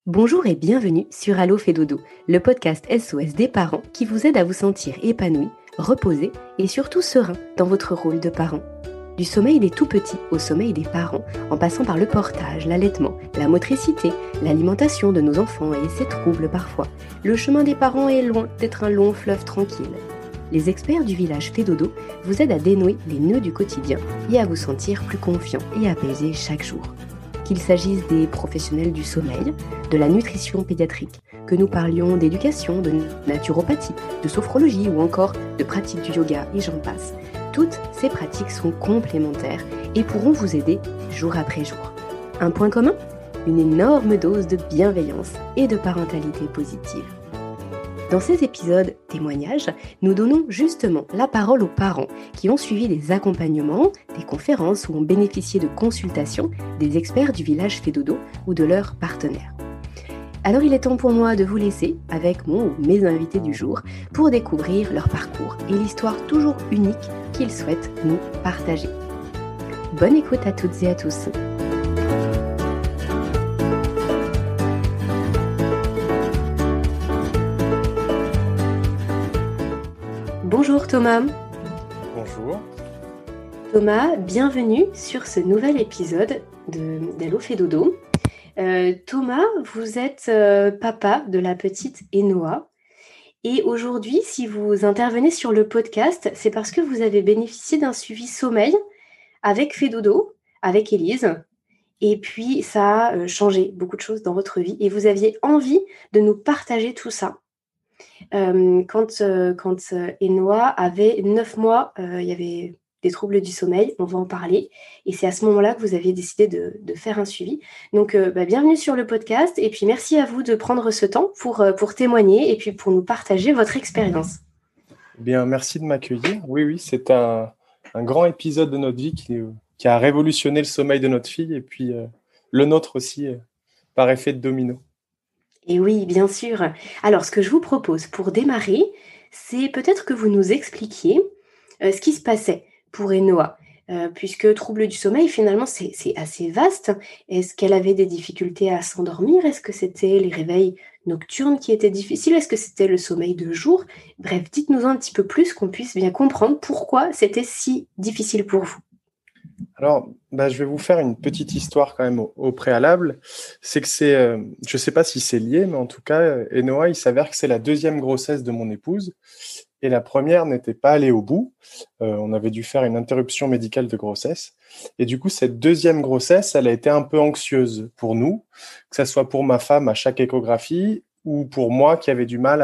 Bonjour et bienvenue sur Allo fait dodo, le podcast SOS des parents qui vous aide à vous sentir épanoui, reposé et surtout serein dans votre rôle de parent. Du sommeil des tout-petits au sommeil des parents, en passant par le portage, l'allaitement, la motricité, l'alimentation de nos enfants et ses troubles parfois, le chemin des parents est loin d'être un long fleuve tranquille. Les experts du village fait dodo vous aident à dénouer les nœuds du quotidien et à vous sentir plus confiant et apaisé chaque jour. Qu'il s'agisse des professionnels du sommeil, de la nutrition pédiatrique, que nous parlions d'éducation, de naturopathie, de sophrologie ou encore de pratique du yoga et j'en passe. Toutes ces pratiques sont complémentaires et pourront vous aider jour après jour. Un point commun ? Une énorme dose de bienveillance et de parentalité positive. Dans ces épisodes témoignages, nous donnons justement la parole aux parents qui ont suivi des accompagnements, des conférences ou ont bénéficié de consultations des experts du village fait dodo ou de leurs partenaires. Alors il est temps pour moi de vous laisser avec mon ou mes invités du jour pour découvrir leur parcours et l'histoire toujours unique qu'ils souhaitent nous partager. Bonne écoute à toutes et à tous. Bonjour Thomas. Bonjour. Thomas, bienvenue sur ce nouvel épisode d'Allo fait dodo. Thomas, vous êtes papa de la petite Enoa. Et aujourd'hui, si vous intervenez sur le podcast, c'est parce que vous avez bénéficié d'un suivi sommeil avec Fedodo, avec Élise. Et puis, ça a changé beaucoup de choses dans votre vie. Et vous aviez envie de nous partager tout ça. Quand Enoa avait 9 mois, il y avait des troubles du sommeil, on va en parler. Et c'est à ce moment-là que vous aviez décidé de faire un suivi. Donc, bienvenue sur le podcast. Et puis, merci à vous de prendre ce temps pour témoigner et puis pour nous partager votre expérience. Bien, merci de m'accueillir. Oui, c'est un grand épisode de notre vie qui a révolutionné le sommeil de notre fille et puis le nôtre aussi, par effet de domino. Et oui, bien sûr. Alors, ce que je vous propose pour démarrer, c'est peut-être que vous nous expliquiez ce qui se passait pour Enoa. Puisque trouble du sommeil, finalement, c'est assez vaste. Est-ce qu'elle avait des difficultés à s'endormir ? Est-ce que c'était les réveils nocturnes qui étaient difficiles ? Est-ce que c'était le sommeil de jour ? Bref, dites-nous un petit peu plus, qu'on puisse bien comprendre pourquoi c'était si difficile pour vous. Alors, je vais vous faire une petite histoire quand même au préalable. C'est que je ne sais pas si c'est lié, mais en tout cas, Enoa, il s'avère que c'est la deuxième grossesse de mon épouse. Et la première n'était pas allée au bout. On avait dû faire une interruption médicale de grossesse. Et du coup, cette deuxième grossesse, elle a été un peu anxieuse pour nous, que ce soit pour ma femme à chaque échographie ou pour moi qui avait du mal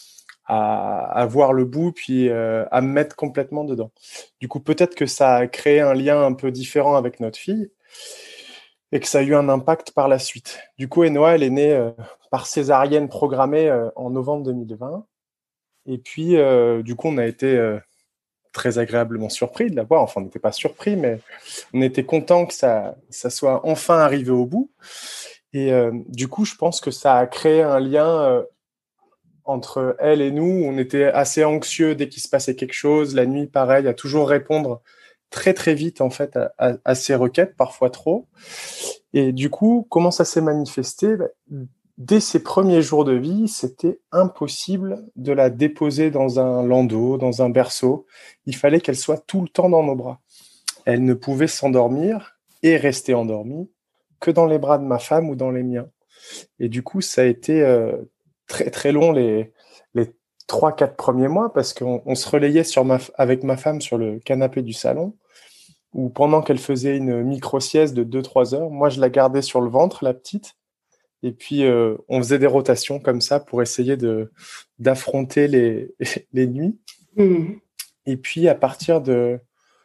à voir le bout puis à me mettre complètement dedans. Du coup, peut-être que ça a créé un lien un peu différent avec notre fille et que ça a eu un impact par la suite. Du coup, Enoa, elle est née par césarienne programmée en novembre 2020. Et puis, du coup, on a été très agréablement surpris de la voir. Enfin, on n'était pas surpris, mais on était content que ça soit enfin arrivé au bout. Et du coup, je pense que ça a créé un lien entre elle et nous. On était assez anxieux dès qu'il se passait quelque chose. La nuit, pareil, à toujours répondre très, très vite, en fait, à ses requêtes, parfois trop. Et du coup, comment ça s'est manifesté ? Dès ses premiers jours de vie, c'était impossible de la déposer dans un landau, dans un berceau. Il fallait qu'elle soit tout le temps dans nos bras. Elle ne pouvait s'endormir et rester endormie que dans les bras de ma femme ou dans les miens. Et du coup, ça a été très, très long les 3-4 premiers mois parce qu'on se relayait avec ma femme sur le canapé du salon où pendant qu'elle faisait une micro-sieste de 2-3 heures, moi, je la gardais sur le ventre, la petite. Et puis, on faisait des rotations comme ça pour essayer d'affronter les nuits. Et puis, à partir de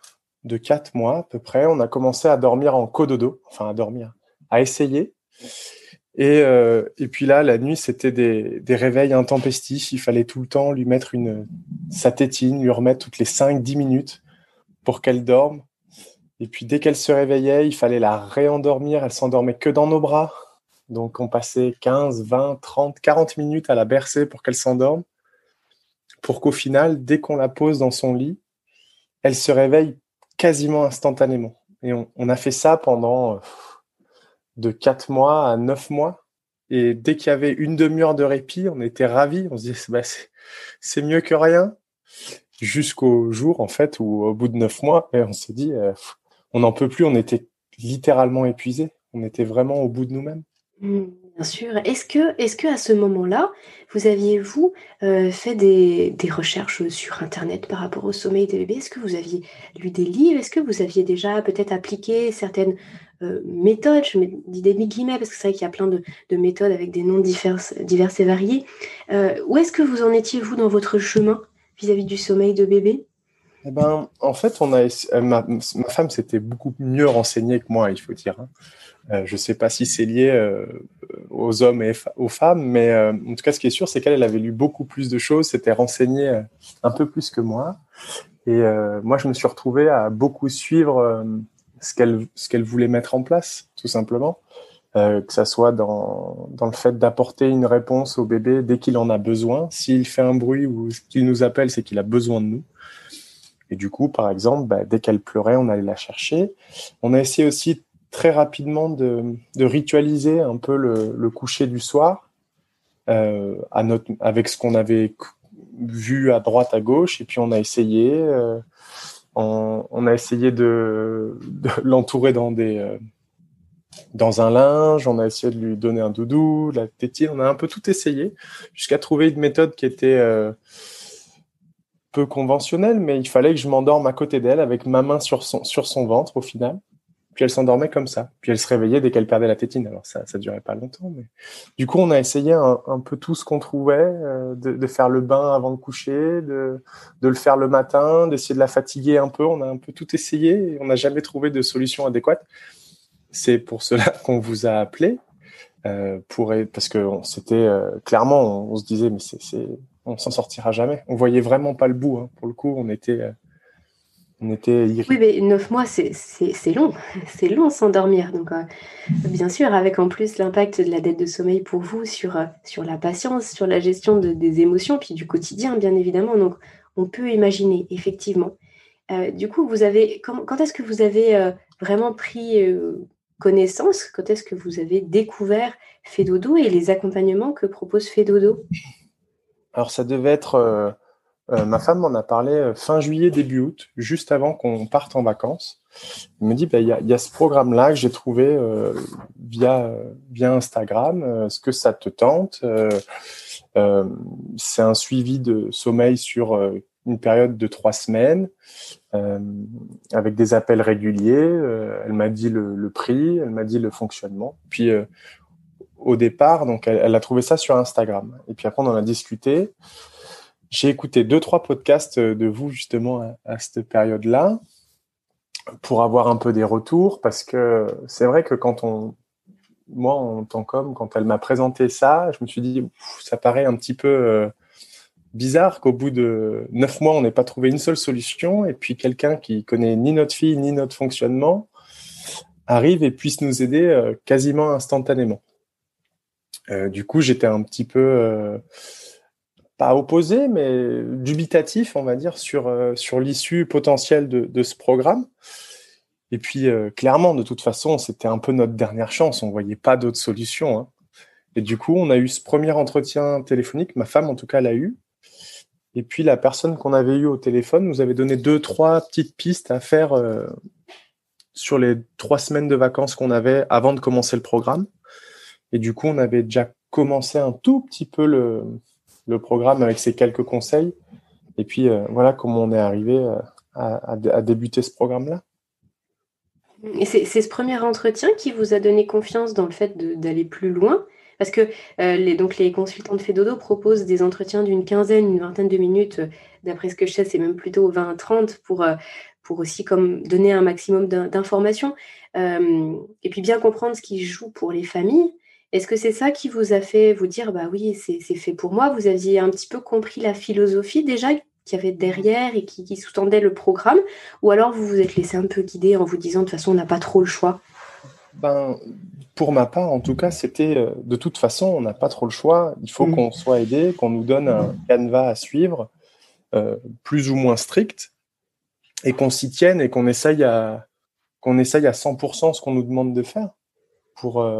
4 mois à peu près, on a commencé à dormir en cododo, enfin à essayer. Et puis là, la nuit, c'était des réveils intempestifs. Il fallait tout le temps lui mettre sa tétine, lui remettre toutes les 5-10 minutes pour qu'elle dorme. Et puis, dès qu'elle se réveillait, il fallait la réendormir. Elle s'endormait que dans nos bras. Donc, on passait 15, 20, 30, 40 minutes à la bercer pour qu'elle s'endorme. Pour qu'au final, dès qu'on la pose dans son lit, elle se réveille quasiment instantanément. Et on a fait ça pendant de 4 mois à 9 mois. Et dès qu'il y avait une demi-heure de répit, on était ravis. On se disait, c'est mieux que rien. Jusqu'au jour, en fait, où au bout de 9 mois, et on s'est dit, on n'en peut plus. On était littéralement épuisés. On était vraiment au bout de nous-mêmes. Bien sûr. Est-ce que à ce moment-là, vous aviez, vous, fait des recherches sur Internet par rapport au sommeil des bébés? Est-ce que vous aviez lu des livres? Est-ce que vous aviez déjà peut-être appliqué certaines méthodes? Je mets des guillemets parce que c'est vrai qu'il y a plein de méthodes avec des noms divers et variés. Où est-ce que vous en étiez, vous, dans votre chemin vis-à-vis du sommeil de bébé? Eh ben, en fait, ma femme s'était beaucoup mieux renseignée que moi, il faut dire, hein. Je ne sais pas si c'est lié aux hommes et aux femmes, mais en tout cas, ce qui est sûr, c'est qu'elle avait lu beaucoup plus de choses, s'était renseignée un peu plus que moi. Et moi, je me suis retrouvé à beaucoup suivre ce qu'elle voulait mettre en place, tout simplement. Que ça soit dans le fait d'apporter une réponse au bébé dès qu'il en a besoin. S'il fait un bruit ou qu'il nous appelle, c'est qu'il a besoin de nous. Et du coup, par exemple, dès qu'elle pleurait, on allait la chercher. On a essayé aussi très rapidement de ritualiser un peu le coucher du soir avec ce qu'on avait vu à droite, à gauche. Et puis, on a essayé, de l'entourer dans un linge. On a essayé de lui donner un doudou, la tétine. On a un peu tout essayé jusqu'à trouver une méthode qui était peu conventionnelle, mais il fallait que je m'endorme à côté d'elle avec ma main sur son ventre au final. Puis elle s'endormait comme ça. Puis elle se réveillait dès qu'elle perdait la tétine. Alors ça durait pas longtemps, mais du coup on a essayé un peu tout ce qu'on trouvait, de faire le bain avant de coucher, de le faire le matin, d'essayer de la fatiguer un peu. On a un peu tout essayé et on n'a jamais trouvé de solution adéquate. C'est pour cela qu'on vous a appelé, parce que c'était clairement, on se disait mais on s'en sortira jamais. On voyait vraiment pas le bout, hein. Pour le coup, on était irrités. Oui, mais 9 mois, c'est long. C'est long sans dormir. Donc, bien sûr, avec en plus l'impact de la dette de sommeil pour vous sur la patience, sur la gestion des émotions, puis du quotidien, bien évidemment. Donc, on peut imaginer, effectivement. Du coup, quand est-ce que vous avez vraiment pris connaissance? Quand est-ce que vous avez découvert Fedodo et les accompagnements que propose Fedodo? Alors ça devait être ma femme m'en a parlé fin juillet, début août, juste avant qu'on parte en vacances. Elle me dit, il y a ce programme-là que j'ai trouvé via Instagram. Est-ce que ça te tente? C'est un suivi de sommeil sur une période de 3 semaines, avec des appels réguliers. Elle m'a dit le prix, elle m'a dit le fonctionnement. Puis au départ, donc elle a trouvé ça sur Instagram. Et puis après, on en a discuté. J'ai écouté 2-3 podcasts de vous justement à cette période-là pour avoir un peu des retours, parce que c'est vrai que moi en tant qu'homme, quand elle m'a présenté ça, je me suis dit ça paraît un petit peu bizarre qu'au bout de 9 mois on n'ait pas trouvé une seule solution, et puis quelqu'un qui connaît ni notre fille ni notre fonctionnement arrive et puisse nous aider quasiment instantanément. Du coup, j'étais un petit peu pas opposé, mais dubitatif, on va dire, sur l'issue potentielle de ce programme. Et puis, clairement, de toute façon, c'était un peu notre dernière chance. On voyait pas d'autre solution, hein. Et du coup, on a eu ce premier entretien téléphonique. Ma femme, en tout cas, l'a eu. Et puis, la personne qu'on avait eue au téléphone nous avait donné 2-3 petites pistes à faire sur les 3 semaines de vacances qu'on avait avant de commencer le programme. Et du coup, on avait déjà commencé un tout petit peu le programme avec ces quelques conseils. Et puis, voilà comment on est arrivé à débuter ce programme-là. Et c'est ce premier entretien qui vous a donné confiance dans le fait d'aller plus loin? Parce que les consultants de Fedodo proposent des entretiens d'une quinzaine, une vingtaine de minutes. D'après ce que je sais, c'est même plutôt 20-30 pour aussi comme donner un maximum d'informations. Et puis bien comprendre ce qui joue pour les familles. Est-ce que c'est ça qui vous a fait vous dire, bah oui, c'est fait pour moi? Vous aviez un petit peu compris la philosophie déjà qu'il y avait derrière et qui sous-tendait le programme? Ou alors vous vous êtes laissé un peu guider en vous disant, de toute façon, on n'a pas trop le choix? Pour ma part, en tout cas, c'était de toute façon, on n'a pas trop le choix. Il faut qu'on soit aidé, qu'on nous donne un canevas à suivre, plus ou moins strict, et qu'on s'y tienne et qu'on essaye à 100% ce qu'on nous demande de faire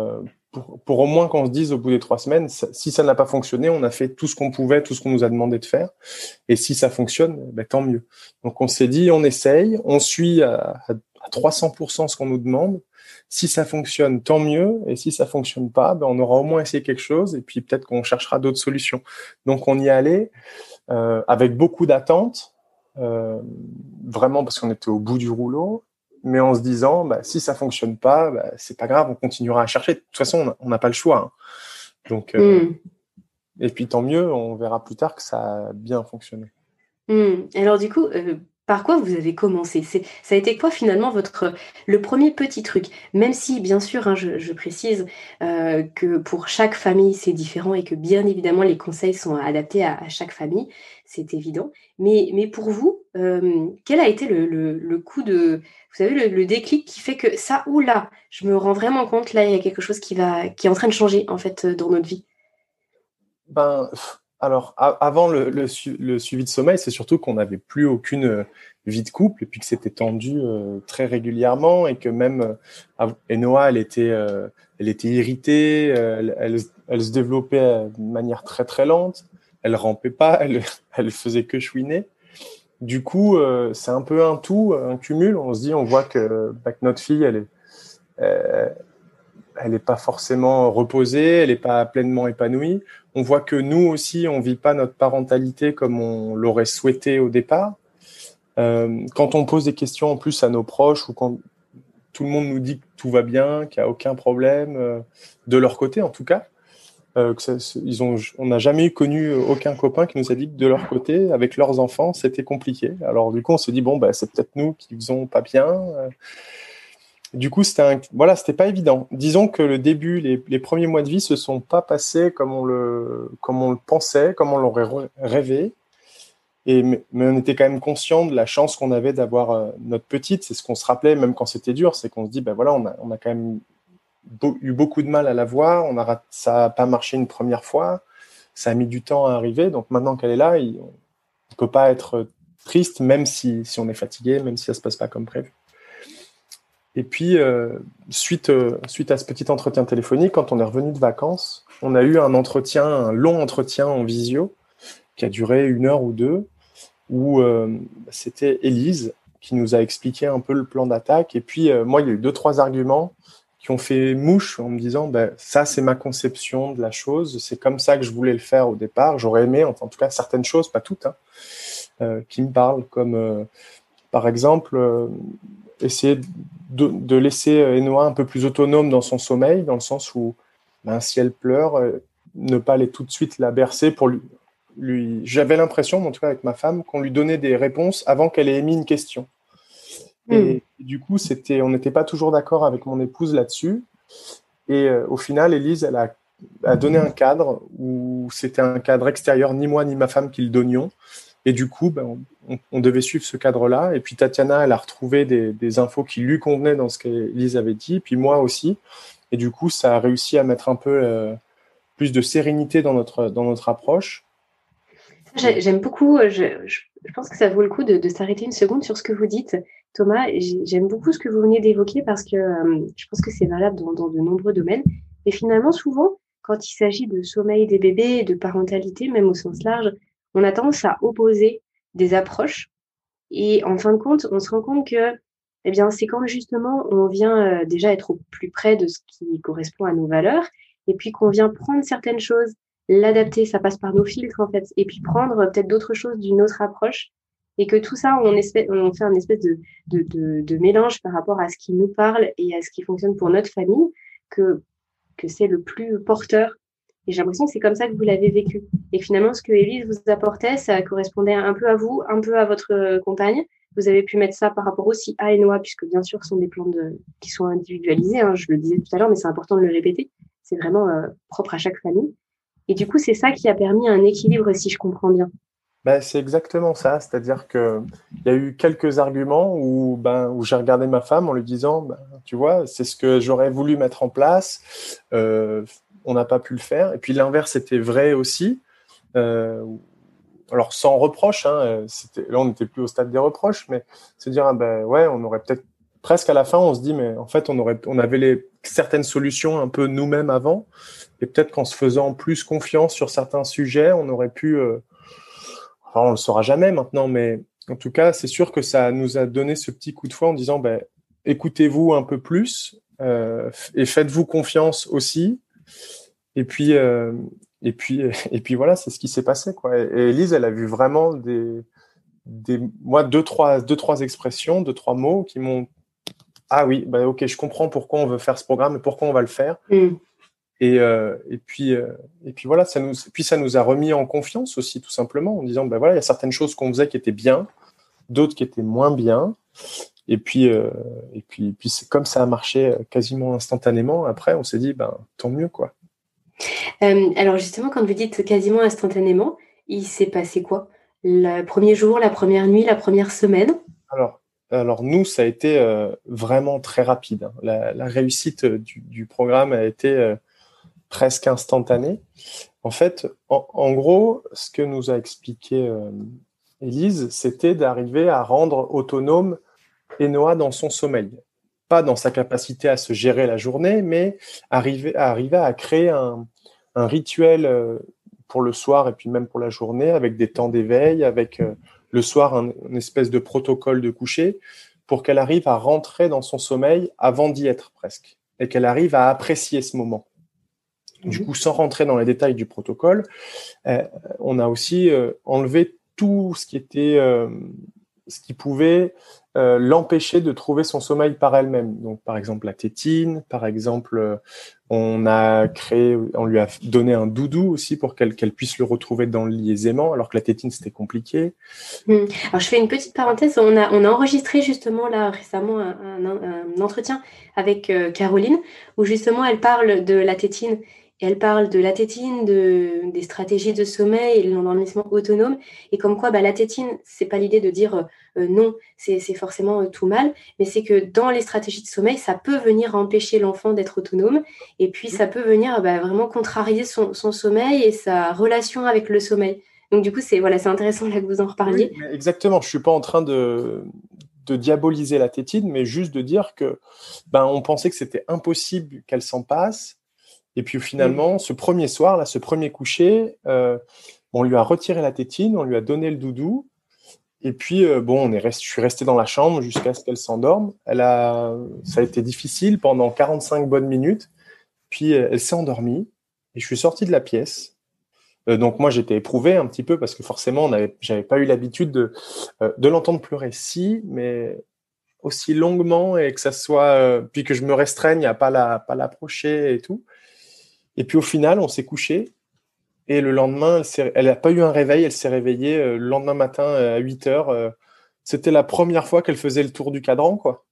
pour au moins qu'on se dise au bout des 3 semaines, si ça n'a pas fonctionné, on a fait tout ce qu'on pouvait, tout ce qu'on nous a demandé de faire. Et si ça fonctionne, ben, tant mieux. Donc on s'est dit, on essaye, on suit à 300% ce qu'on nous demande. Si ça fonctionne, tant mieux. Et si ça fonctionne pas, ben, on aura au moins essayé quelque chose. Et puis peut-être qu'on cherchera d'autres solutions. Donc on y allait avec beaucoup d'attentes, vraiment parce qu'on était au bout du rouleau. Mais en se disant, bah, si ça fonctionne pas, bah, c'est pas grave, on continuera à chercher. De toute façon, on n'a pas le choix. Hein. Donc, et puis tant mieux, on verra plus tard que ça a bien fonctionné. Alors du coup, par quoi vous avez commencé? Ça a été quoi finalement le premier petit truc? Même si bien sûr, hein, je précise, que pour chaque famille c'est différent et que bien évidemment les conseils sont adaptés à chaque famille, c'est évident. Mais pour vous, quel a été le coup vous savez le déclic qui fait que ça: «Ouh là, je me rends vraiment compte, là il y a quelque chose qui est en train de changer en fait, dans notre vie»? Ben, alors, avant le suivi de sommeil, c'est surtout qu'on n'avait plus aucune vie de couple et puis que c'était tendu très régulièrement et que même Enoa, elle était irritée, elle se développait de manière très très lente, elle rampait pas, elle faisait que chouiner. Du coup, c'est un peu un tout, un cumul. On se dit, on voit que notre fille, euh, elle n'est pas forcément reposée, elle n'est pas pleinement épanouie. On voit que nous aussi, on ne vit pas notre parentalité comme on l'aurait souhaité au départ. Quand on pose des questions en plus à nos proches ou quand tout le monde nous dit que tout va bien, qu'il n'y a aucun problème, de leur côté en tout cas, on n'a jamais connu aucun copain qui nous a dit que de leur côté, avec leurs enfants, c'était compliqué. Alors du coup, on se dit, bon, bah, c'est peut-être nous qui faisons pas bien. Du coup, c'était pas évident. Disons que le début, les premiers mois de vie se sont pas passés comme on le pensait, comme on l'aurait rêvé. Mais on était quand même conscient de la chance qu'on avait d'avoir notre petite. C'est ce qu'on se rappelait, même quand c'était dur, c'est qu'on se dit, ben voilà, on a quand même eu beaucoup de mal à la voir. Ça n'a pas marché une première fois. Ça a mis du temps à arriver. Donc maintenant qu'elle est là, on ne peut pas être triste, même si on est fatigué, même si ça se passe pas comme prévu. Et puis, suite à ce petit entretien téléphonique, quand on est revenu de vacances, on a eu un long entretien en visio, qui a duré 1 heure ou 2, où c'était Élise qui nous a expliqué un peu le plan d'attaque. Et puis, moi, il y a eu 2-3 arguments qui ont fait mouche en me disant, ça, c'est ma conception de la chose, c'est comme ça que je voulais le faire au départ. J'aurais aimé, en tout cas, certaines choses, pas toutes, hein, qui me parlent, comme, par exemple, essayer de laisser Enoa un peu plus autonome dans son sommeil, dans le sens où, si elle pleure, ne pas aller tout de suite la bercer pour lui... J'avais l'impression, en tout cas avec ma femme, qu'on lui donnait des réponses avant qu'elle ait émis une question. Et du coup, on n'était pas toujours d'accord avec mon épouse là-dessus. Et au final, Élise, elle a donné un cadre où c'était un cadre extérieur, ni moi ni ma femme qui le donnions. Et du coup, on devait suivre ce cadre-là. Et puis Tatiana, elle a retrouvé des infos qui lui convenaient dans ce qu'Élise avait dit, puis moi aussi. Et du coup, ça a réussi à mettre un peu plus de sérénité dans notre approche. J'aime beaucoup, je pense que ça vaut le coup de s'arrêter une seconde sur ce que vous dites, Thomas. J'aime beaucoup ce que vous venez d'évoquer parce que je pense que c'est valable dans de nombreux domaines. Et finalement, souvent, quand il s'agit de sommeil des bébés, de parentalité, même au sens large, on a tendance à opposer des approches. Et en fin de compte, on se rend compte que eh bien, c'est quand justement on vient déjà être au plus près de ce qui correspond à nos valeurs et puis qu'on vient prendre certaines choses, l'adapter, ça passe par nos filtres en fait, et puis prendre peut-être d'autres choses d'une autre approche et que tout ça, on fait un espèce de mélange par rapport à ce qui nous parle et à ce qui fonctionne pour notre famille, que c'est le plus porteur. Et j'ai l'impression que c'est comme ça que vous l'avez vécu. Et finalement, ce que Élise vous apportait, ça correspondait un peu à vous, un peu à votre compagne. Vous avez pu mettre ça par rapport aussi à Enoa, puisque bien sûr, ce sont des plans qui sont individualisés. Hein, je le disais tout à l'heure, mais c'est important de le répéter. C'est vraiment propre à chaque famille. Et du coup, c'est ça qui a permis un équilibre, si je comprends bien. C'est exactement ça. C'est-à-dire qu'il y a eu quelques arguments où j'ai regardé ma femme en lui disant, tu vois, c'est ce que j'aurais voulu mettre en place. On n'a pas pu le faire. Et puis l'inverse était vrai aussi. Alors sans reproche, hein, là on n'était plus au stade des reproches, mais se dire ouais, on aurait peut-être presque à la fin, on se dit, mais en fait, on avait certaines solutions un peu nous-mêmes avant, et peut-être qu'en se faisant plus confiance sur certains sujets, on aurait pu, enfin, on le saura jamais maintenant, mais en tout cas, c'est sûr que ça nous a donné ce petit coup de fouet en disant, ben, écoutez-vous un peu plus, et faites-vous confiance aussi. Et puis, et puis voilà, c'est ce qui s'est passé, quoi. Et Élise, elle a vu vraiment moi, deux, trois expressions, deux, trois mots qui m'ont, ah oui, bah, ok, je comprends pourquoi on veut faire ce programme et pourquoi on va le faire. Et puis voilà, ça nous a remis en confiance aussi, tout simplement, en disant, ben voilà, il y a certaines choses qu'on faisait qui étaient bien, d'autres qui étaient moins bien. Et puis c'est comme ça a marché quasiment instantanément. Après, on s'est dit, ben tant mieux, quoi. Alors justement, quand vous dites quasiment instantanément, il s'est passé quoi? Le premier jour, la première nuit, la première semaine? Alors nous, ça a été vraiment très rapide, hein. La réussite du programme a été presque instantanée. En fait, en gros, ce que nous a expliqué Élise, c'était d'arriver à rendre autonome Enoa dans son sommeil. Pas dans sa capacité à se gérer la journée, mais arriver à créer un rituel pour le soir et puis même pour la journée, avec des temps d'éveil, avec le soir une espèce de protocole de coucher, pour qu'elle arrive à rentrer dans son sommeil avant d'y être presque, et qu'elle arrive à apprécier ce moment. Du coup, sans rentrer dans les détails du protocole, on a aussi enlevé tout ce qui pouvait l'empêcher de trouver son sommeil par elle-même. Donc, par exemple, la tétine, par exemple, on lui a donné un doudou aussi pour qu'elle puisse le retrouver dans le lit aisément, alors que la tétine, c'était compliqué. Alors, je fais une petite parenthèse. On a enregistré justement là récemment un entretien avec Caroline, où justement elle parle de la tétine. Et elle parle de la tétine, des stratégies de sommeil et de l'endormissement autonome. Et comme quoi, la tétine, c'est pas l'idée de dire non, c'est forcément tout mal, mais c'est que dans les stratégies de sommeil, ça peut venir empêcher l'enfant d'être autonome. Et puis, ça peut venir vraiment contrarier son sommeil et sa relation avec le sommeil. Donc, du coup, c'est intéressant là que vous en reparliez. Oui, mais exactement. Je suis pas en train de diaboliser la tétine, mais juste de dire que on pensait que c'était impossible qu'elle s'en passe. Et puis finalement, ce premier soir, là, ce premier coucher, on lui a retiré la tétine, on lui a donné le doudou. Et puis, je suis resté dans la chambre jusqu'à ce qu'elle s'endorme. Ça a été difficile pendant 45 bonnes minutes. Puis, elle s'est endormie et je suis sorti de la pièce. Donc, moi, j'étais éprouvé un petit peu parce que forcément, j'avais pas eu l'habitude de l'entendre pleurer. Si, mais aussi longuement et que ça soit, puis que je me restreigne à pas l'approcher et tout. Et puis, au final, on s'est couché. Et le lendemain, elle n'a pas eu un réveil, elle s'est réveillée le lendemain matin à 8 heures. C'était la première fois qu'elle faisait le tour du cadran, quoi.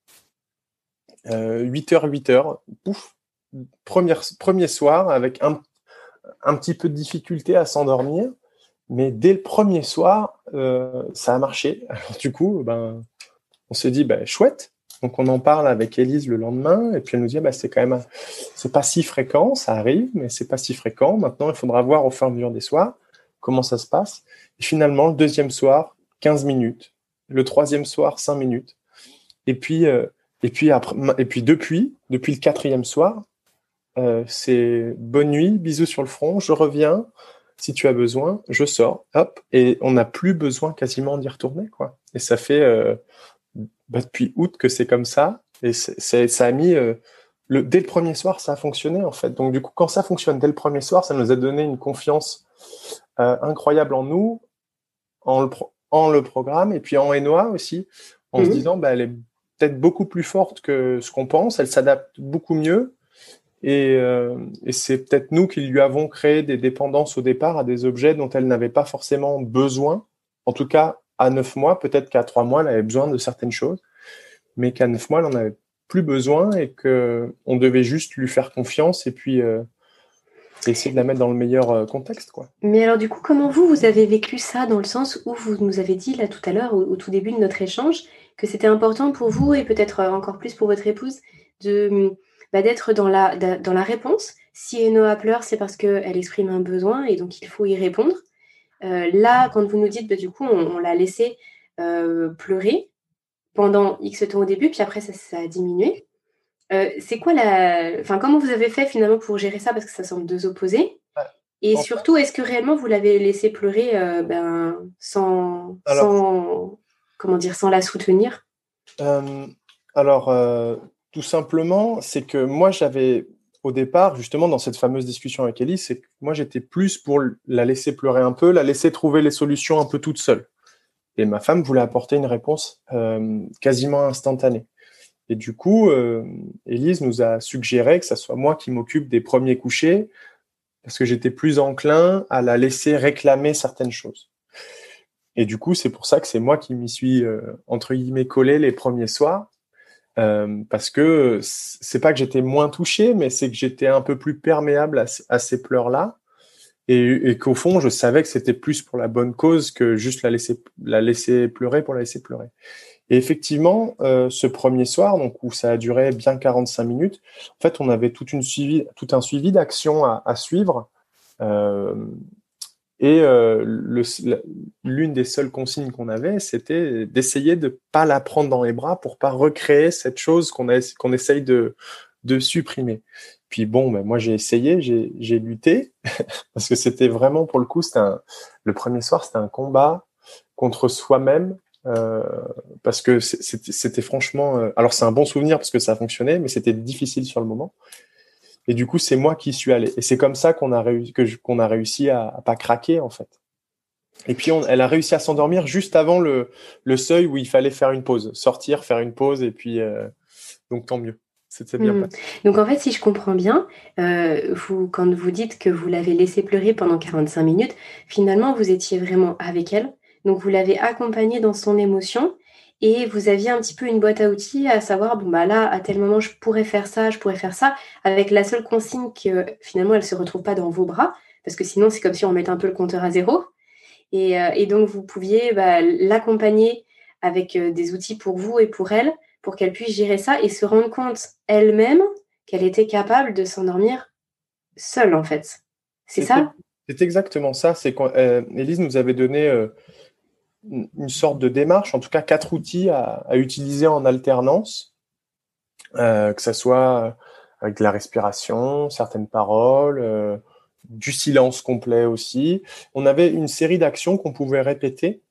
8 heures, 8 heures, pouf. Premier soir, avec un petit peu de difficulté à s'endormir. Mais dès le premier soir, ça a marché. Alors, du coup, on s'est dit, chouette. Donc, on en parle avec Élise le lendemain, et puis elle nous dit, c'est pas si fréquent, ça arrive, mais c'est pas si fréquent. Maintenant, il faudra voir au fur et à mesure des soirs comment ça se passe. Et finalement, le deuxième soir, 15 minutes. Le troisième soir, 5 minutes. Et puis depuis le quatrième soir, c'est bonne nuit, bisous sur le front, je reviens. Si tu as besoin, je sors, hop, et on n'a plus besoin quasiment d'y retourner, quoi. Et ça fait depuis août que c'est comme ça, et ça a mis dès le premier soir, ça a fonctionné en fait. Donc du coup, quand ça fonctionne dès le premier soir, ça nous a donné une confiance incroyable en nous, en le programme, et puis en Enoa aussi, en se disant, elle est peut-être beaucoup plus forte que ce qu'on pense, elle s'adapte beaucoup mieux. Et c'est peut-être nous qui lui avons créé des dépendances au départ à des objets dont elle n'avait pas forcément besoin. En tout cas, à 9 mois, peut-être qu'à 3 mois, elle avait besoin de certaines choses, mais qu'à 9 mois, elle n'en avait plus besoin et qu'on devait juste lui faire confiance et puis essayer de la mettre dans le meilleur contexte, quoi. Mais alors du coup, comment vous avez vécu ça dans le sens où vous nous avez dit là tout à l'heure, au tout début de notre échange, que c'était important pour vous et peut-être encore plus pour votre épouse d'être dans la réponse. Si Enoa pleure, c'est parce qu'elle exprime un besoin et donc il faut y répondre. Là, quand vous nous dites, du coup, on l'a laissé pleurer pendant X temps au début, puis après ça a diminué. C'est quoi comment vous avez fait finalement pour gérer ça? Parce que ça semble 2 opposés. Ouais. Et En surtout, est-ce que réellement vous l'avez laissé pleurer, Alors, comment dire? Sans la soutenir? euh, alors tout simplement, c'est que moi, j'avais, au départ, justement, dans cette fameuse discussion avec Ellie, c'est que moi, j'étais plus pour la laisser pleurer un peu, la laisser trouver les solutions un peu toute seule. Et ma femme voulait apporter une réponse quasiment instantanée. Et du coup, Élise nous a suggéré que ça soit moi qui m'occupe des premiers couchers, parce que j'étais plus enclin à la laisser réclamer certaines choses. Et du coup, c'est pour ça que c'est moi qui m'y suis, entre guillemets, collé les premiers soirs, parce que c'est pas que j'étais moins touché, mais c'est que j'étais un peu plus perméable à ces pleurs-là, et qu'au fond, je savais que c'était plus pour la bonne cause que juste la laisser pleurer pour la laisser pleurer. Et effectivement, ce premier soir, donc où ça a duré bien 45 minutes, en fait, on avait tout un suivi d'actions à suivre. Euh, l'une des seules consignes qu'on avait, c'était d'essayer de pas la prendre dans les bras pour pas recréer cette chose qu'on essaye de supprimer. Puis bon, ben moi j'ai essayé, j'ai lutté parce que c'était vraiment, pour le coup, le premier soir, c'était un combat contre soi-même. Euh, Parce que c'était franchement, alors c'est un bon souvenir parce que ça a fonctionné, mais c'était difficile sur le moment. Et du coup, c'est moi qui suis allé. Et c'est comme ça qu'on a réussi à pas craquer, en fait. Et puis, elle a réussi à s'endormir juste avant le seuil où il fallait faire une pause, sortir, faire une pause, et puis donc tant mieux. C'était bien passé. Donc en fait, si je comprends bien, quand vous dites que vous l'avez laissée pleurer pendant 45 minutes, finalement, vous étiez vraiment avec elle. Donc vous l'avez accompagnée dans son émotion et vous aviez un petit peu une boîte à outils, à savoir, bon bah là, à tel moment, je pourrais faire ça, avec la seule consigne que finalement, elle ne se retrouve pas dans vos bras, parce que sinon, c'est comme si on mettait un peu le compteur à zéro. Et donc, vous pouviez l'accompagner avec des outils pour vous et pour elle, pour qu'elle puisse gérer ça et se rendre compte elle-même qu'elle était capable de s'endormir seule, en fait. C'est C'était ça? c'est exactement ça. C'est quand Élise nous avait donné une sorte de démarche, en tout cas 4 outils à utiliser en alternance, que ça soit avec de la respiration, certaines paroles, du silence complet aussi. On avait une série d'actions qu'on pouvait répéter.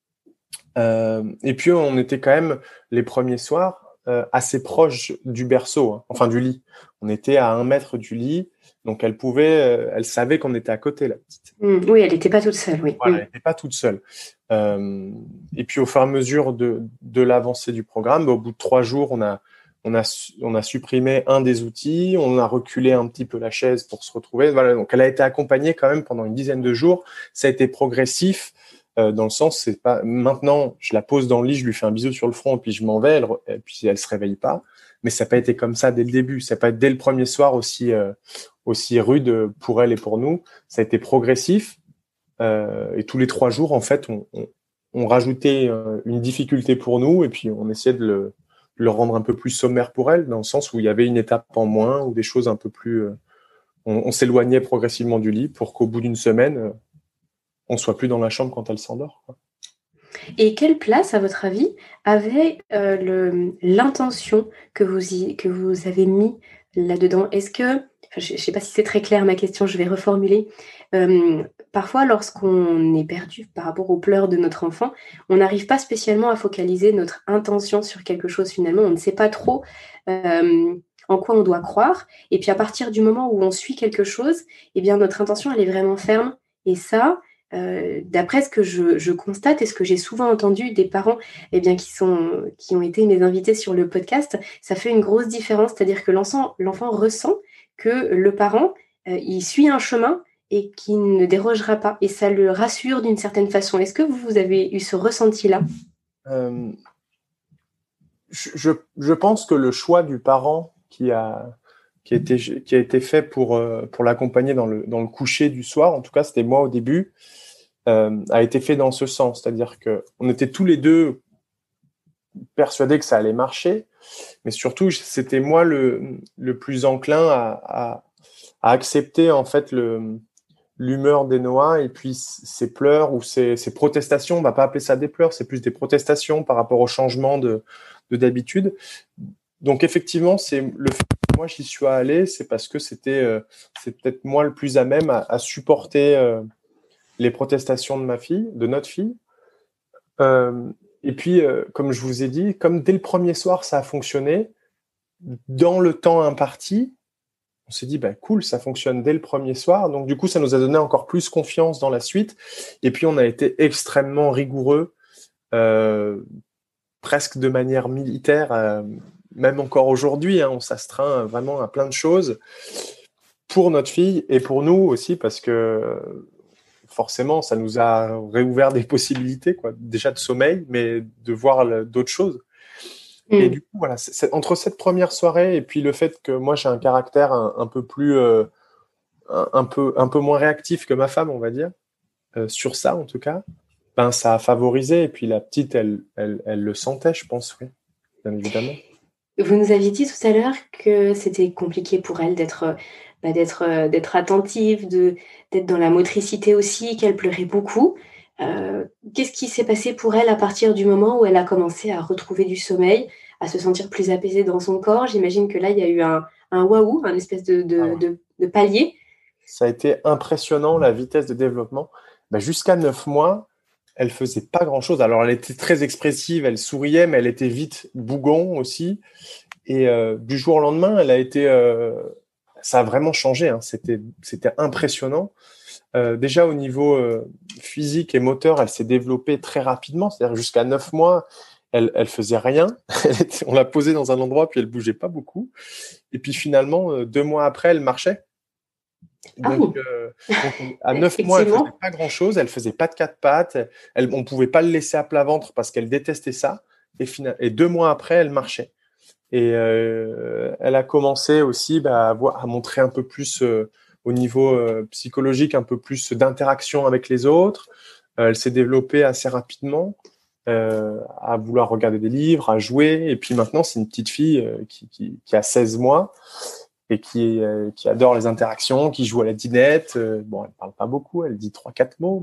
Et puis, on était quand même, les premiers soirs, assez proches du berceau, hein, enfin du lit. On était à 1 mètre du lit, donc elle savait qu'on était à côté, la petite. Oui, elle n'était pas toute seule, oui. Voilà, elle n'était pas toute seule. Et puis, au fur et à mesure de l'avancée du programme, au bout de 3 jours, on a supprimé un des outils, on a reculé un petit peu la chaise pour se retrouver. Voilà, donc elle a été accompagnée quand même pendant une dizaine de jours. Ça a été progressif, dans le sens, c'est pas maintenant, je la pose dans le lit, je lui fais un bisou sur le front, puis je m'en vais, et puis elle se réveille pas. Mais ça n'a pas été comme ça dès le début. Ça n'a pas été dès le premier soir aussi rude pour elle et pour nous. Ça a été progressif. Et tous les 3 jours, en fait, on rajoutait une difficulté pour nous, et puis on essayait de le rendre un peu plus sommaire pour elle, dans le sens où il y avait une étape en moins, ou des choses un peu plus... on s'éloignait progressivement du lit pour qu'au bout d'une semaine, on soit plus dans la chambre quand elle s'endort, quoi. Et quelle place, à votre avis, avait l'intention que vous avez mis là-dedans? Est-ce que, enfin, je ne sais pas si c'est très clair ma question, je vais reformuler. Parfois, lorsqu'on est perdu par rapport aux pleurs de notre enfant, on n'arrive pas spécialement à focaliser notre intention sur quelque chose finalement. On ne sait pas trop en quoi on doit croire. Et puis à partir du moment où on suit quelque chose, eh bien notre intention, elle est vraiment ferme. Et ça, d'après ce que je constate et ce que j'ai souvent entendu des parents qui ont été mes invités sur le podcast, ça fait une grosse différence. C'est-à-dire que l'enfant ressent que le parent, il suit un chemin et qu'il ne dérogera pas. Et ça le rassure d'une certaine façon. Est-ce que vous avez eu ce ressenti-là? Euh, je pense que le choix du parent qui a été fait pour l'accompagner dans le coucher du soir, en tout cas c'était moi au début, a été fait dans ce sens. C'est-à-dire qu'on était tous les deux persuadés que ça allait marcher, mais surtout c'était moi le plus enclin à accepter en fait l'humeur d'Enoa et puis ses pleurs ou ses protestations. On va pas appeler ça des pleurs, c'est plus des protestations par rapport au changement de d'habitude. Donc effectivement, c'est le fait que moi j'y suis allé, c'est parce que c'est peut-être moi le plus à même à supporter les protestations de notre fille. Et puis, comme je vous ai dit, comme dès le premier soir ça a fonctionné, dans le temps imparti, on s'est dit, bah, cool, ça fonctionne dès le premier soir. Donc, du coup, ça nous a donné encore plus confiance dans la suite. Et puis, on a été extrêmement rigoureux, presque de manière militaire, même encore aujourd'hui. On s'astreint vraiment à plein de choses pour notre fille et pour nous aussi, parce que forcément, ça nous a réouvert des possibilités, quoi. Déjà de sommeil, mais de voir d'autres choses. Et du coup, voilà, entre cette première soirée et puis le fait que moi j'ai un caractère un peu plus, un peu moins réactif que ma femme, on va dire, sur ça en tout cas, ben ça a favorisé. Et puis la petite, elle le sentait, je pense, oui, bien évidemment. Vous nous aviez dit tout à l'heure que c'était compliqué pour elle d'être attentive, d'être dans la motricité aussi, qu'elle pleurait beaucoup. Qu'est-ce qui s'est passé pour elle à partir du moment où elle a commencé à retrouver du sommeil, à se sentir plus apaisée dans son corps? J'imagine que là, il y a eu un waouh, un espèce de palier. Ça a été impressionnant, la vitesse de développement. Ben, jusqu'à 9 mois, elle faisait pas grand-chose. Alors, elle était très expressive, elle souriait, mais elle était vite bougon aussi. Et du jour au lendemain, elle a été... ça a vraiment changé. C'était impressionnant. Déjà, au niveau physique et moteur, elle s'est développée très rapidement. C'est-à-dire jusqu'à 9 mois, elle faisait rien. On l'a posée dans un endroit, puis elle bougeait pas beaucoup. Et puis finalement, 2 mois après, elle marchait. Donc, à 9 mois, elle faisait pas grand-chose. Elle faisait pas de quatre pattes. On pouvait pas le laisser à plat ventre parce qu'elle détestait ça. Et 2 mois après, elle marchait. Et elle a commencé aussi à montrer un peu plus au niveau psychologique, un peu plus d'interaction avec les autres. Elle s'est développée assez rapidement à vouloir regarder des livres, à jouer. Et puis maintenant, c'est une petite fille qui a 16 mois et qui adore les interactions, qui joue à la dinette. Bon, elle parle pas beaucoup, elle dit 3-4 mots,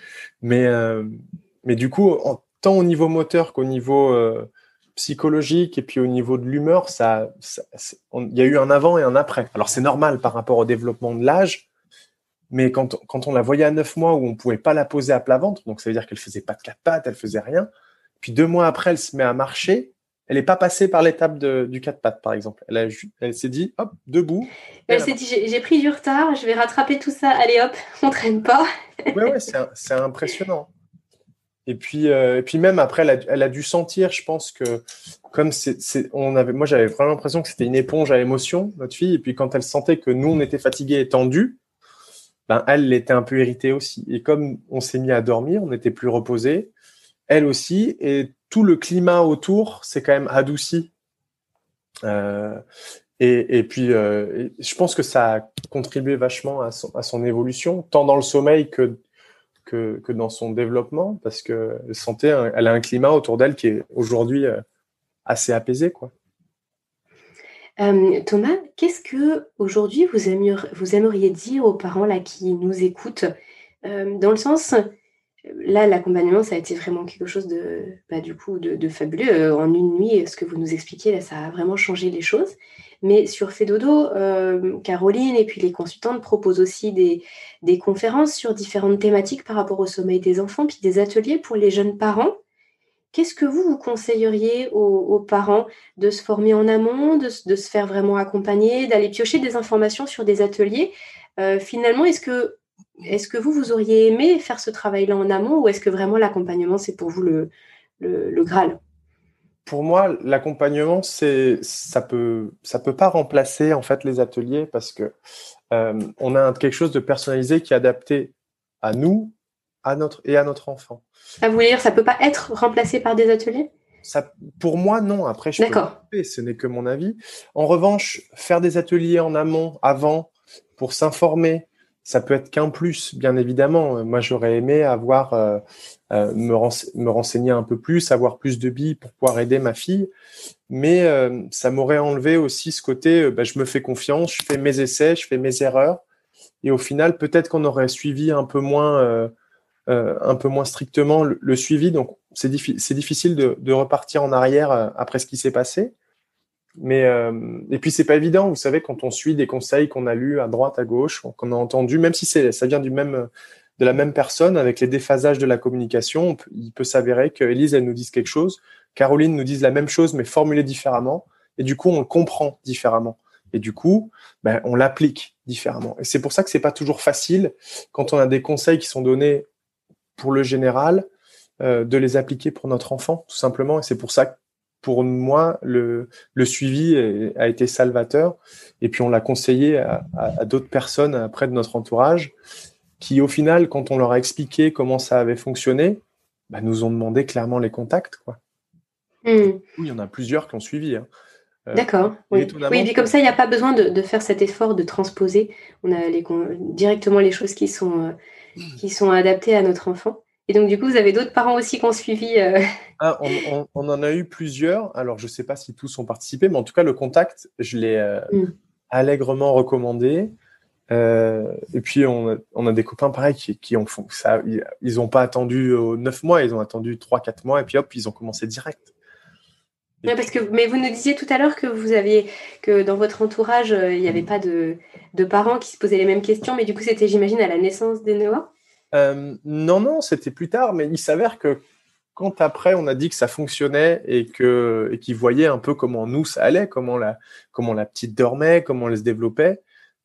mais du coup, tant au niveau moteur qu'au niveau psychologique et puis au niveau de l'humeur, il y a eu un avant et un après. Alors c'est normal par rapport au développement de l'âge, mais quand on la voyait à 9 mois où on pouvait pas la poser à plat ventre, donc ça veut dire qu'elle faisait pas de quatre pattes, elle faisait rien. Puis 2 mois après, elle se met à marcher. Elle n'est pas passée par l'étape du quatre pattes, par exemple. Elle s'est dit, hop, debout. Elle s'est dit, j'ai pris du retard, je vais rattraper tout ça. Allez hop, on traîne pas. Ouais, c'est impressionnant. Et puis même après, elle a dû sentir, je pense que comme moi j'avais vraiment l'impression que c'était une éponge à émotions, notre fille. Et puis quand elle sentait que nous on était fatigués et tendus, ben elle était un peu irritée aussi. Et comme on s'est mis à dormir, on était plus reposés, elle aussi, et tout le climat autour s'est quand même adouci. Et puis je pense que ça a contribué vachement à son évolution, tant dans le sommeil que dans son développement, parce que elle a un climat autour d'elle qui est aujourd'hui assez apaisé, quoi. Thomas, qu'est-ce que aujourd'hui vous aimeriez dire aux parents là qui nous écoutent, dans le sens, là l'accompagnement ça a été vraiment quelque chose de fabuleux, en une nuit, ce que vous nous expliquiez là, ça a vraiment changé les choses. Mais sur Fedodo, Caroline et puis les consultantes proposent aussi des conférences sur différentes thématiques par rapport au sommeil des enfants, puis des ateliers pour les jeunes parents. Qu'est-ce que vous conseilleriez aux parents de se former en amont, de se faire vraiment accompagner, d'aller piocher des informations sur des ateliers? Finalement, est-ce que vous auriez aimé faire ce travail-là en amont, ou est-ce que vraiment l'accompagnement, c'est pour vous le Graal? Pour moi, l'accompagnement, ça peut pas remplacer en fait les ateliers, parce que on a quelque chose de personnalisé qui est adapté à nous, à notre enfant. À vous dire, ça peut pas être remplacé par des ateliers? Pour moi, non. Après, je peux me tromper, ce n'est que mon avis. En revanche, faire des ateliers en amont, avant, pour s'informer, ça peut être qu'un plus, bien évidemment. Moi, j'aurais aimé me renseigner un peu plus, avoir plus de billes pour pouvoir aider ma fille. Mais ça m'aurait enlevé aussi ce côté, je me fais confiance, je fais mes essais, je fais mes erreurs. Et au final, peut-être qu'on aurait suivi un peu moins strictement le suivi. Donc, c'est difficile de repartir en arrière après ce qui s'est passé. Mais et puis c'est pas évident, vous savez, quand on suit des conseils qu'on a lus à droite, à gauche, qu'on a entendus, même si ça vient de la même personne, avec les déphasages de la communication, il peut s'avérer que Élise, elle nous dise quelque chose, Caroline nous dise la même chose mais formulée différemment, et du coup on le comprend différemment, et du coup on l'applique différemment. Et c'est pour ça que c'est pas toujours facile quand on a des conseils qui sont donnés pour le général, de les appliquer pour notre enfant, tout simplement. Et c'est pour ça que pour moi, le suivi a été salvateur. Et puis, on l'a conseillé à d'autres personnes après de notre entourage qui, au final, quand on leur a expliqué comment ça avait fonctionné, nous ont demandé clairement les contacts, quoi. Oui, il y en a plusieurs qui ont suivi. D'accord, oui. Et puis comme ça, il n'y a pas besoin de faire cet effort de transposer. On a directement les choses qui sont adaptées à notre enfant. Et donc, du coup, vous avez d'autres parents aussi qui ont suivi on en a eu plusieurs. Alors, je ne sais pas si tous ont participé, mais en tout cas, le contact, je l'ai allègrement recommandé. Et puis, on a des copains, pareil, qui ont fait ça. Ils n'ont pas attendu 9 mois, ils ont attendu 3-4 mois, et puis hop, ils ont commencé direct. Mais vous nous disiez tout à l'heure que dans votre entourage, il n'y avait pas de parents qui se posaient les mêmes questions, mais du coup, c'était, j'imagine, à la naissance d'Enoa. Non, c'était plus tard, mais il s'avère que quand après on a dit que ça fonctionnait et qu'ils voyaient un peu comment nous ça allait, comment la petite dormait, comment elle se développait,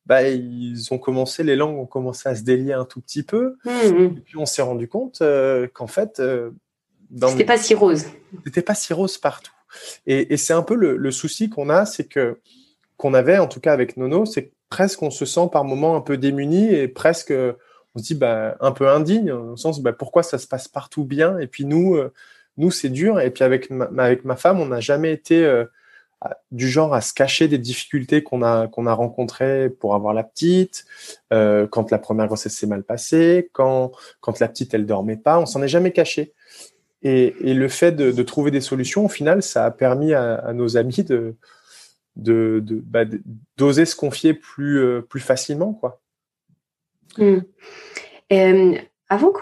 les langues ont commencé à se délier un tout petit peu. Et puis on s'est rendu compte qu'en fait, c'était pas si rose. C'était pas si rose partout. Et c'est un peu le souci qu'on a, c'est qu'on avait, en tout cas avec Nono, c'est que presque on se sent par moments un peu démuni et presque on se dit un peu indigne, dans le sens pourquoi ça se passe partout bien et puis nous c'est dur. Et puis avec ma femme, on n'a jamais été du genre à se cacher des difficultés qu'on a rencontrées pour avoir la petite, quand la première grossesse s'est mal passée, quand la petite elle dormait pas, on s'en est jamais caché. Et le fait de trouver des solutions, au final, ça a permis à nos amis d'oser se confier plus facilement, quoi. Avant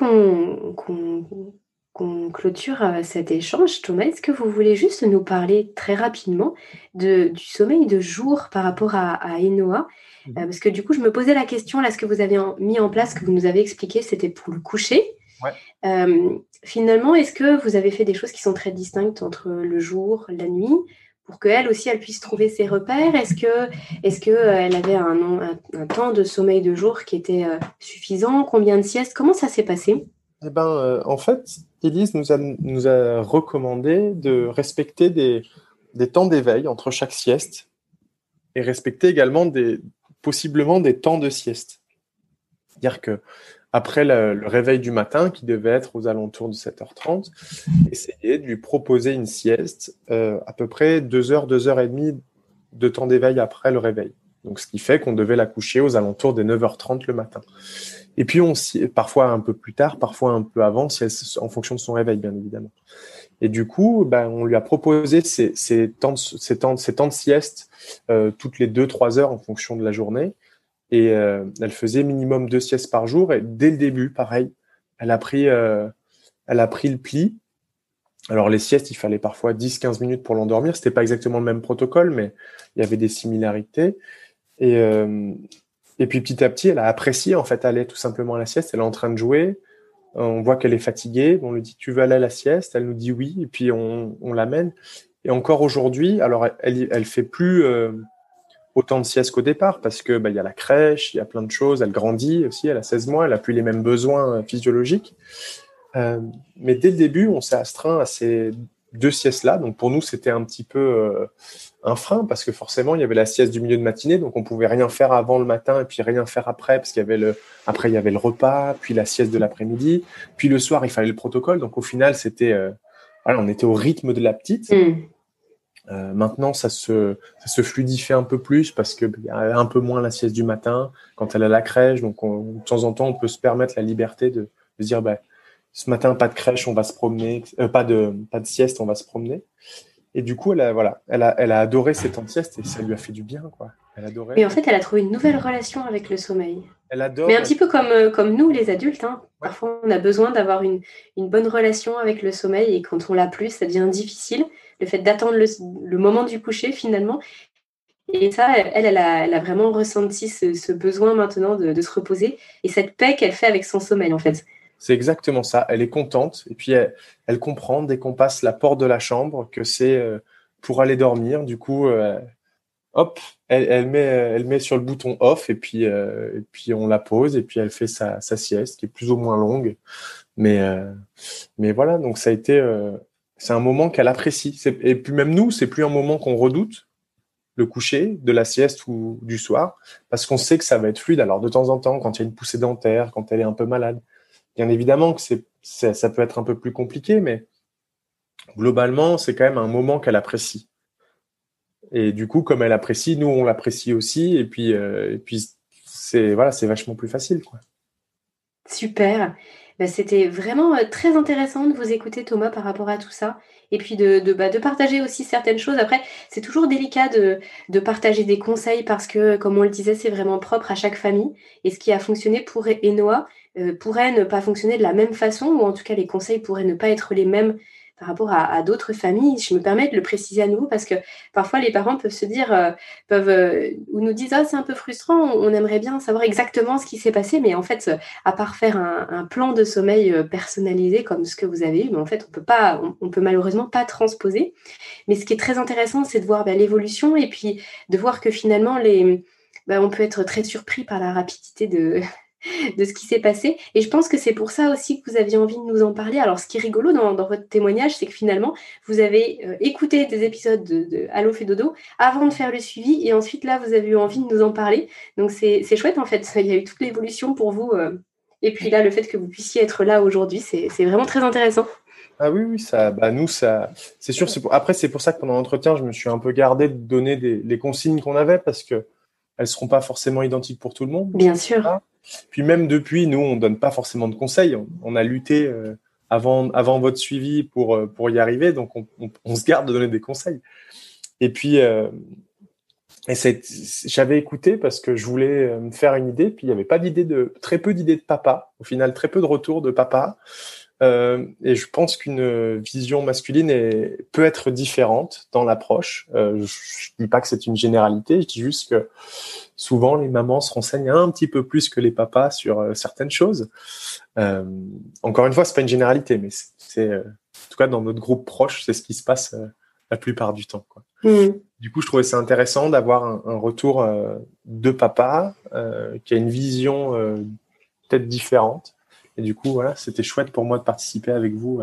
qu'on clôture cet échange, Thomas, est-ce que vous voulez juste nous parler très rapidement du sommeil de jour par rapport à Enoa? Parce que du coup, je me posais la question, là, ce que vous avez mis en place, que vous nous avez expliqué, c'était pour le coucher. Ouais. Finalement, est-ce que vous avez fait des choses qui sont très distinctes entre le jour, la nuit, pour qu'elle aussi, elle puisse trouver ses repères? Est-ce que elle avait un temps de sommeil de jour qui était suffisant? Combien de siestes? Comment ça s'est passé? En fait, Élise nous a recommandé de respecter des temps d'éveil entre chaque sieste et respecter également possiblement des temps de sieste. C'est-à-dire que après le réveil du matin, qui devait être aux alentours de 7h30, essayer de lui proposer une sieste à peu près 2 heures, 2h30 de temps d'éveil après le réveil. Donc, ce qui fait qu'on devait la coucher aux alentours des 9h30 le matin. Et puis, parfois un peu plus tard, parfois un peu avant, en fonction de son réveil, bien évidemment. Et du coup, on lui a proposé ces temps de sieste toutes les 2-3 heures en fonction de la journée. Et elle faisait minimum 2 siestes par jour. Et dès le début, pareil, elle a pris le pli. Alors, les siestes, il fallait parfois 10-15 minutes pour l'endormir. C'était pas exactement le même protocole, mais il y avait des similarités. Et puis, petit à petit, elle a apprécié, en fait, aller tout simplement à la sieste. Elle est en train de jouer. On voit qu'elle est fatiguée. On lui dit, tu veux aller à la sieste? Elle nous dit oui. Et puis, on l'amène. Et encore aujourd'hui, alors, elle fait plus autant de siestes qu'au départ parce que il y a la crèche, il y a plein de choses. Elle grandit aussi. Elle a 16 mois. Elle a plus les mêmes besoins physiologiques. Mais dès le début, on s'est astreint à ces 2 siestes-là. Donc, pour nous, c'était un petit peu un frein parce que forcément, il y avait la sieste du milieu de matinée. Donc, on pouvait rien faire avant le matin et puis rien faire après parce qu'il y avait après, il y avait le repas, puis la sieste de l'après-midi. Puis le soir, il fallait le protocole. Donc, au final, c'était, on était au rythme de la petite. Maintenant, ça se fluidifie un peu plus parce qu'il y a un peu moins la sieste du matin quand elle a la crèche. Donc, de temps en temps, on peut se permettre la liberté de se dire, ce matin, pas de crèche, on va se promener. Pas de sieste, on va se promener. Et du coup, elle a adoré ces temps de sieste et ça lui a fait du bien, quoi. Elle adorait. Mais en fait, elle a trouvé une nouvelle relation avec le sommeil. Elle adore. Mais un petit peu comme nous, les adultes. Hein. Ouais. Parfois, on a besoin d'avoir une bonne relation avec le sommeil et quand on l'a plus, ça devient difficile. Le fait d'attendre le moment du coucher, finalement. Et ça, elle a vraiment ressenti ce besoin maintenant de se reposer et cette paix qu'elle fait avec son sommeil, en fait. C'est exactement ça. Elle est contente et puis elle comprend dès qu'on passe la porte de la chambre que c'est pour aller dormir. Du coup, hop, elle met sur le bouton off et puis on la pose et puis elle fait sa sieste qui est plus ou moins longue. Mais voilà, donc ça a été, c'est un moment qu'elle apprécie. Et puis même nous, c'est plus un moment qu'on redoute, le coucher, de la sieste ou du soir, parce qu'on sait que ça va être fluide. Alors de temps en temps, quand il y a une poussée dentaire, quand elle est un peu malade, bien évidemment que ça peut être un peu plus compliqué, mais globalement, c'est quand même un moment qu'elle apprécie. Et du coup, comme elle apprécie, nous, on l'apprécie aussi. Et puis c'est vachement plus facile, quoi. Super. Bah, c'était vraiment très intéressant de vous écouter, Thomas, par rapport à tout ça. Et puis de partager aussi certaines choses. Après, c'est toujours délicat de partager des conseils parce que, comme on le disait, c'est vraiment propre à chaque famille. Et ce qui a fonctionné pour Enoa pourrait ne pas fonctionner de la même façon, ou en tout cas, les conseils pourraient ne pas être les mêmes par rapport à d'autres familles. Je me permets de le préciser à nouveau parce que parfois, les parents peuvent se dire, ou nous disent, ah, c'est un peu frustrant, on aimerait bien savoir exactement ce qui s'est passé, mais en fait, à part faire un plan de sommeil personnalisé comme ce que vous avez eu, mais en fait, on peut malheureusement pas transposer. Mais ce qui est très intéressant, c'est de voir l'évolution et puis de voir que finalement, on peut être très surpris par la rapidité de ce qui s'est passé. Et je pense que c'est pour ça aussi que vous aviez envie de nous en parler. Alors, ce qui est rigolo dans votre témoignage, c'est que finalement, vous avez écouté des épisodes de Allo fait dodo avant de faire le suivi. Et ensuite, là, vous avez eu envie de nous en parler. Donc, c'est chouette, en fait. Il y a eu toute l'évolution pour vous. Et puis là, le fait que vous puissiez être là aujourd'hui, c'est vraiment très intéressant. Ah oui, ça, nous, ça, c'est sûr. Après, c'est pour ça que pendant l'entretien, je me suis un peu gardé de donner les consignes qu'on avait parce que elles seront pas forcément identiques pour tout le monde. Bien sûr. Puis même depuis, nous, on donne pas forcément de conseils. On a lutté avant votre suivi pour y arriver, donc on se garde de donner des conseils. Et puis, j'avais écouté parce que je voulais me faire une idée. Puis il y avait pas très peu d'idées de papa. Au final, très peu de retours de papa. Et je pense qu'une vision masculine peut être différente dans l'approche. Je dis pas que c'est une généralité, je dis juste que souvent les mamans se renseignent un petit peu plus que les papas sur certaines choses. Encore une fois, c'est pas une généralité, mais c'est en tout cas dans notre groupe proche, c'est ce qui se passe la plupart du temps, quoi. Du coup, je trouvais ça intéressant d'avoir un retour de papa qui a une vision peut-être différente. Et du coup, voilà, c'était chouette pour moi de participer avec vous.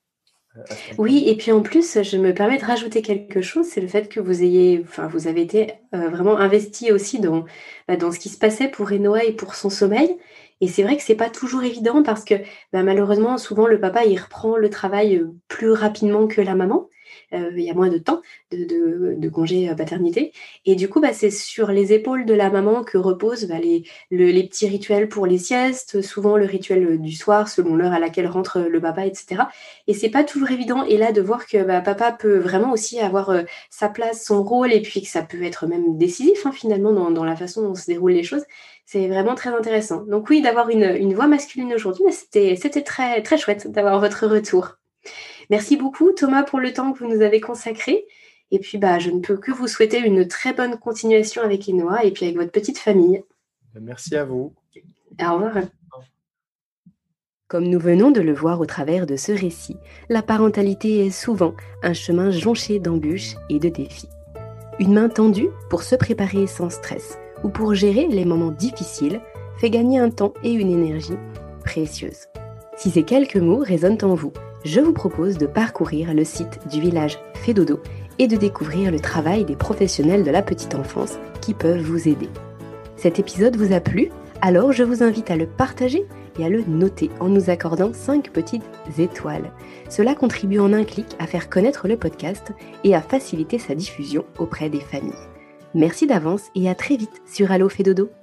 Oui, et puis en plus, je me permets de rajouter quelque chose, c'est le fait que vous avez été vraiment investi aussi dans ce qui se passait pour Enoa et pour son sommeil. Et c'est vrai que c'est pas toujours évident parce que malheureusement, souvent le papa il reprend le travail plus rapidement que la maman. Il y a moins de temps de congé paternité. Et du coup, c'est sur les épaules de la maman que reposent les petits rituels pour les siestes, souvent le rituel du soir selon l'heure à laquelle rentre le papa, etc. Et c'est pas toujours évident. Et là, de voir que papa peut vraiment aussi avoir sa place, son rôle, et puis que ça peut être même décisif finalement dans la façon dont se déroulent les choses, c'est vraiment très intéressant. Donc oui, d'avoir une voix masculine aujourd'hui, c'était très, très chouette d'avoir votre retour. Merci beaucoup Thomas pour le temps que vous nous avez consacré. Et puis je ne peux que vous souhaiter une très bonne continuation avec Enoa et puis avec votre petite famille. Merci à vous. Au revoir. Comme nous venons de le voir au travers de ce récit, la parentalité est souvent un chemin jonché d'embûches et de défis. Une main tendue pour se préparer sans stress ou pour gérer les moments difficiles fait gagner un temps et une énergie précieuses. Si ces quelques mots résonnent en vous, je vous propose de parcourir le site du village Fait Dodo et de découvrir le travail des professionnels de la petite enfance qui peuvent vous aider. Cet épisode vous a plu? Alors je vous invite à le partager et à le noter en nous accordant 5 petites étoiles. Cela contribue en un clic à faire connaître le podcast et à faciliter sa diffusion auprès des familles. Merci d'avance et à très vite sur Allo fait dodo.